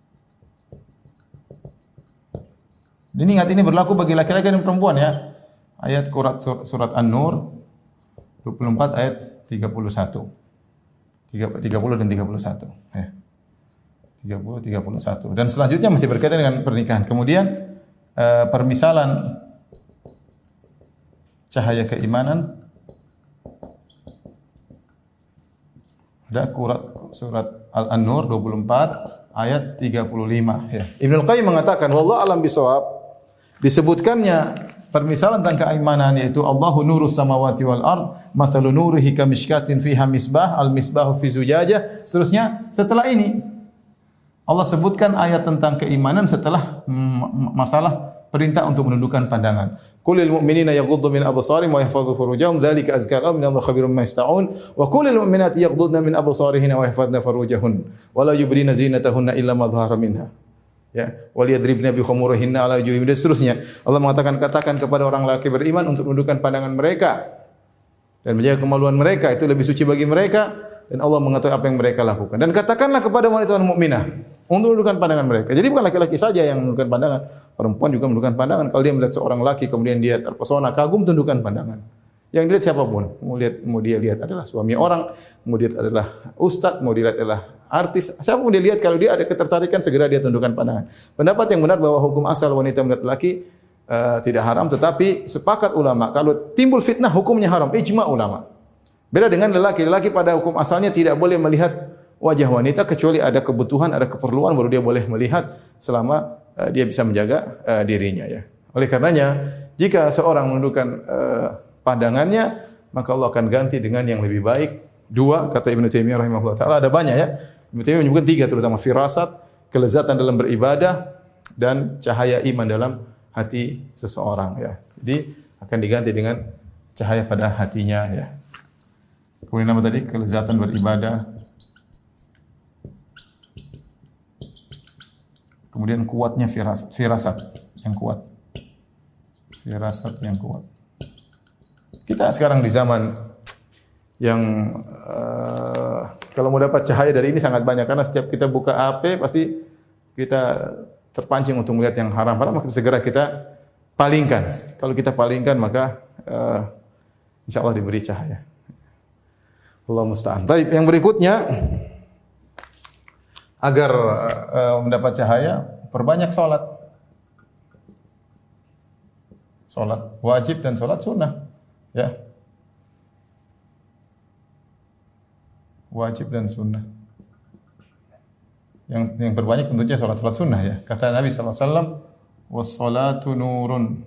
Ini ingat, ini berlaku bagi laki-laki dan perempuan ya. Ayat surat An-Nur 24 ayat 31. 30 dan 31 ya. 30 31. Dan selanjutnya masih berkaitan dengan pernikahan. Kemudian permisalan cahaya keimanan ada surat Al-An-Nur 24 ayat 35 ya. Ibnu Qayyim mengatakan wallahu alam bisawab, disebutkannya permisalan tentang keimanan yaitu Allahu nurus samawati wal ard mathalu nurihi kamishkatin fiha misbah al misbahu fi zujajah. Seterusnya setelah ini Allah sebutkan ayat tentang keimanan setelah masalah perintah untuk menundukkan pandangan. Qulil mu'minina yaghuddu min absarihim wa yahfadhu furujahum dzalika azka lahum innallaha khabirum bima yasta'un wa qulil mu'minati yaghuddna min absarihinna wa yahfadhna furujahun wa la yubdina zinatahunna illa ma dhahara minha. Ya, waliyadribna bi khumurihinna ala wujuhihim dan seterusnya. Allah mengatakan katakan kepada orang laki beriman untuk menundukkan pandangan mereka dan menjaga kemaluan mereka, itu lebih suci bagi mereka dan Allah mengetahui apa yang mereka lakukan. Dan katakanlah kepada wanita mukminah untuk menundukkan pandangan mereka. Jadi bukan laki-laki saja yang menundukkan pandangan, perempuan juga menundukkan pandangan. Kalau dia melihat seorang laki kemudian dia terpesona, kagum, tundukkan pandangan. Yang dilihat siapapun, mau dia lihat adalah suami orang, mau dia adalah ustaz, mau dilihat adalah artis, siapapun dia lihat kalau dia ada ketertarikan segera dia tundukkan pandangan. Pendapat yang benar bahwa hukum asal wanita melihat laki tidak haram, tetapi sepakat ulama kalau timbul fitnah hukumnya haram, ijma ulama. Beda dengan lelaki pada hukum asalnya tidak boleh melihat wajah wanita kecuali ada kebutuhan, ada keperluan baru dia boleh melihat selama dia bisa menjaga dirinya ya. Oleh karenanya jika seorang menundukkan pandangannya maka Allah akan ganti dengan yang lebih baik. Dua kata Ibnu Taimiyah rahimahullah taala, ada banyak ya. Ibnu Taimiyah menyebutkan tiga terutama firasat, kelezatan dalam beribadah dan cahaya iman dalam hati seseorang ya. Jadi akan diganti dengan cahaya pada hatinya ya. Kemudian apa tadi? Kelezatan beribadah. Kemudian kuatnya firasat yang kuat. Firasat yang kuat. Kita sekarang di zaman yang kalau mau dapat cahaya dari ini sangat banyak karena setiap kita buka HP pasti kita terpancing untuk melihat yang haram-haram, maka segera kita palingkan. Kalau kita palingkan maka insya Allah diberi cahaya. Allah musta'an. Baik, yang berikutnya agar mendapat cahaya, perbanyak salat. Salat wajib dan salat sunnah. Ya. Wajib dan sunnah. Yang berbanyak tentunya salat sunnah ya. Kata Nabi sallallahu alaihi wasallam, "Was-salatu nurun."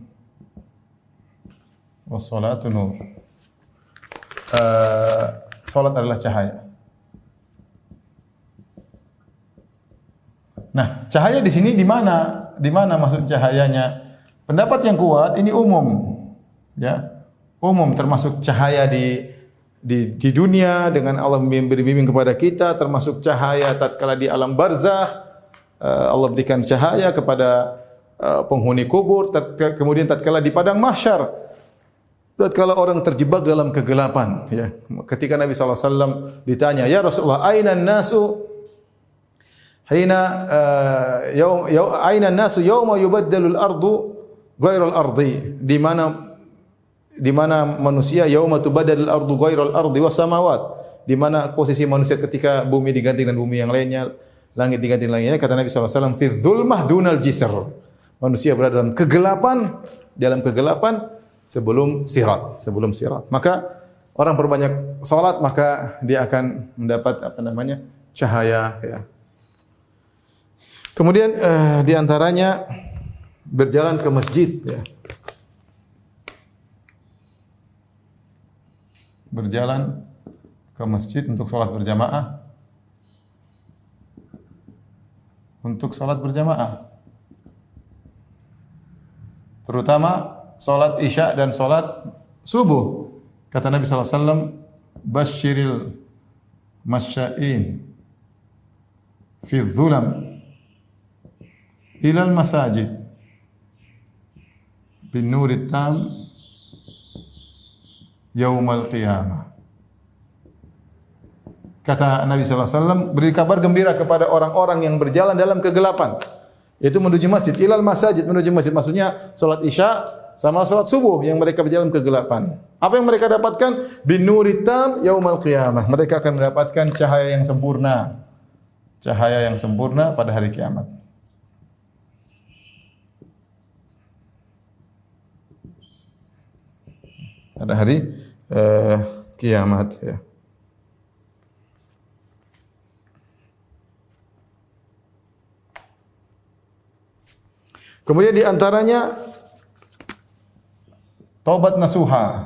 Was-salatu nur. Salat adalah cahaya. Nah, cahaya di sini di mana? Di mana maksud cahayanya? Pendapat yang kuat ini umum. Ya. Umum termasuk cahaya di dunia dengan Allah memberi bimbing kepada kita, termasuk cahaya tatkala di alam barzakh, Allah berikan cahaya kepada penghuni kubur, kemudian tatkala di padang mahsyar, tatkala orang terjebak dalam kegelapan ya. Ketika Nabi sallallahu alaihi wasallam ditanya, "Ya Rasulullah, aina an-nasu aina an-nasu yawma yubaddalu al-ardu ghairu al-ardi?" Di mana manusia yauma tubaddalul ardu ghairal ardi was samawat, di mana posisi manusia ketika bumi diganti dengan bumi yang lainnya, langit diganti dengan lainnya. Kata Nabi sallallahu alaihi wasallam, fi dzulmah dunal jisr. Manusia berada dalam kegelapan sebelum sirat. Maka orang berbanyak salat maka dia akan mendapat cahaya ya. Kemudian di antaranya berjalan ke masjid ya. Berjalan ke masjid untuk sholat berjamaah. Untuk sholat berjamaah. Terutama sholat isya dan sholat subuh. Kata Nabi SAW, "Basyiril masya'in fi dhulam ilal masajid bin nurit tam yaumal qiyamah. Kata Nabi sallallahu alaihi wasallam, beri kabar gembira kepada orang-orang yang berjalan dalam kegelapan, yaitu menuju masjid, ilal masajid, menuju masjid, maksudnya salat Isya sama salat subuh yang mereka berjalan kegelapan. Apa yang mereka dapatkan? Bin nurit tam yaumal qiyamah. Mereka akan mendapatkan cahaya yang sempurna. Cahaya yang sempurna pada hari kiamat. Pada hari kiamat, ya. Kemudian di antaranya taubat nasuha.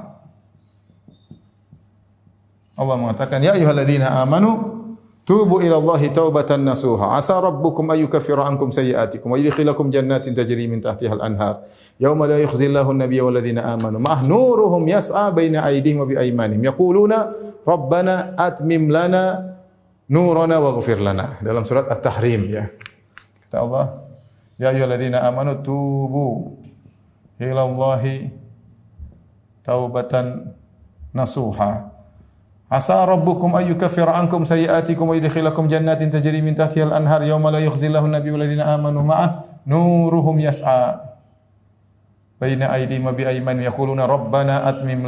Allah mengatakan, ya ayyuhalladzina amanu tubu ila Allahi taubatan nasuha. Asa rabbukum ayyukaffira ankum sayyi'atikum wa yudkhilakum jannatin tajri min tahtiha al-anhar. Yauma la yukhzillahu an-nabiyya walladzina amanu ma'ah nuruhum yas'a baina aydihim wa bi aymanihim yaquluna rabbana atmim lana nurana waghfir lana. Dalam surat At-Tahrim, ya. Kata Allah, ya ayyuhalladzina amanu tubu ila Allahi taubatan nasuha. Asa rabbukum ayyukaffira ankum sayyi'atikum wa yudkhilakum jannatin tajri min tahtiha al-anhar yauma la yukhzillahu an-nabiyyu walladzina amanu ma'ah nuruhum yas'a baina aydihim wa bi aymanihim yaquluna rabbana atmim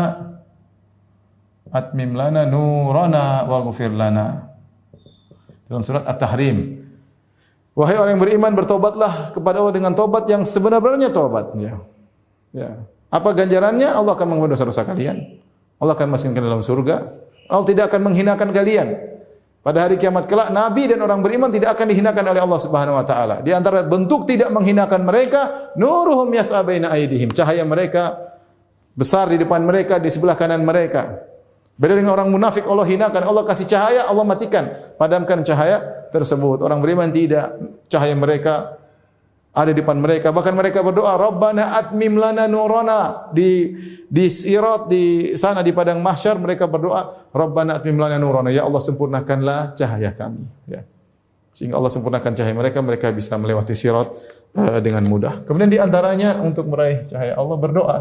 lana nurana waghfir lana. Dalam surat At-Tahrim. Wahai orang yang beriman, bertobatlah kepada Allah dengan tobat yang sebenar-benarnya tobat. Ya. Ya. Apa ganjarannya? Allah akan mengampuni dosa-dosa kalian. Allah akan masukkan ke dalam surga. Allah tidak akan menghinakan kalian. Pada hari kiamat kelak, nabi dan orang beriman tidak akan dihinakan oleh Allah Subhanahu wa taala. Di antara bentuk tidak menghinakan mereka, nuruhum yas'a baina aydihim. Cahaya mereka besar di depan mereka, di sebelah kanan mereka. Beda dengan orang munafik, Allah hinakan, Allah kasih cahaya, Allah matikan, padamkan cahaya tersebut. Orang beriman tidak, cahaya mereka ada di depan mereka. Bahkan mereka berdoa, Rabbana atmim lana nurana. Di sirat, di sana di padang mahsyar mereka berdoa, Rabbana atmim lana nurana. Ya Allah, sempurnakanlah cahaya kami. Ya. Sehingga Allah sempurnakan cahaya mereka, mereka bisa melewati sirat dengan mudah. Kemudian di antaranya untuk meraih cahaya Allah, berdoa.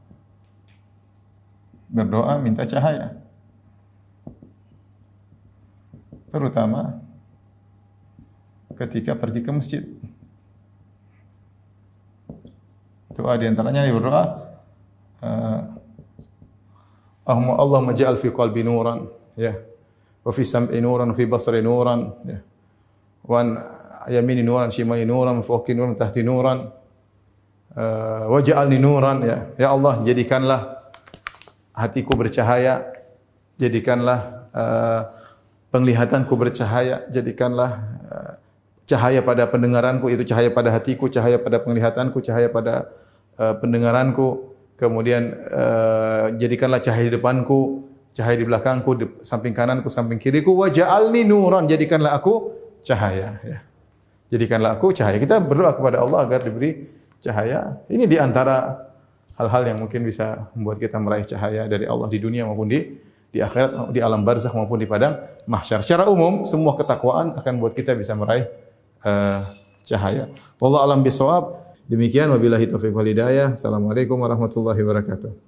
Berdoa minta cahaya. Terutama ketika pergi ke masjid. Doa di antaranya dia berdoa, Allahumma ja'al fi qalbi nuran, ya. Wa fi sam'i nuran, wa fi basari nuran, ya. Wa an yamini nuran, shimali nuran, fawqi nuran, tahti nuran. Waj'alni nuran, ya. Ya Allah, jadikanlah hatiku bercahaya, jadikanlah penglihatanku bercahaya, jadikanlah cahaya pada pendengaranku, itu cahaya pada hatiku, cahaya pada penglihatanku, cahaya pada pendengaranku. Kemudian jadikanlah cahaya di depanku, cahaya di belakangku, di samping kananku, samping kiriku. Waj'alni nuran, jadikanlah aku cahaya. Ya. Jadikanlah aku cahaya. Kita berdoa kepada Allah agar diberi cahaya. Ini di antara hal-hal yang mungkin bisa membuat kita meraih cahaya dari Allah di dunia maupun di akhirat, di alam barzakh maupun di padang mahsyar. Secara umum, semua ketakwaan akan buat kita bisa meraih cahaya. Wallahu a'lam bishawab. Demikian, wabillahi taufiq wal hidayah. Assalamualaikum warahmatullahi wabarakatuh.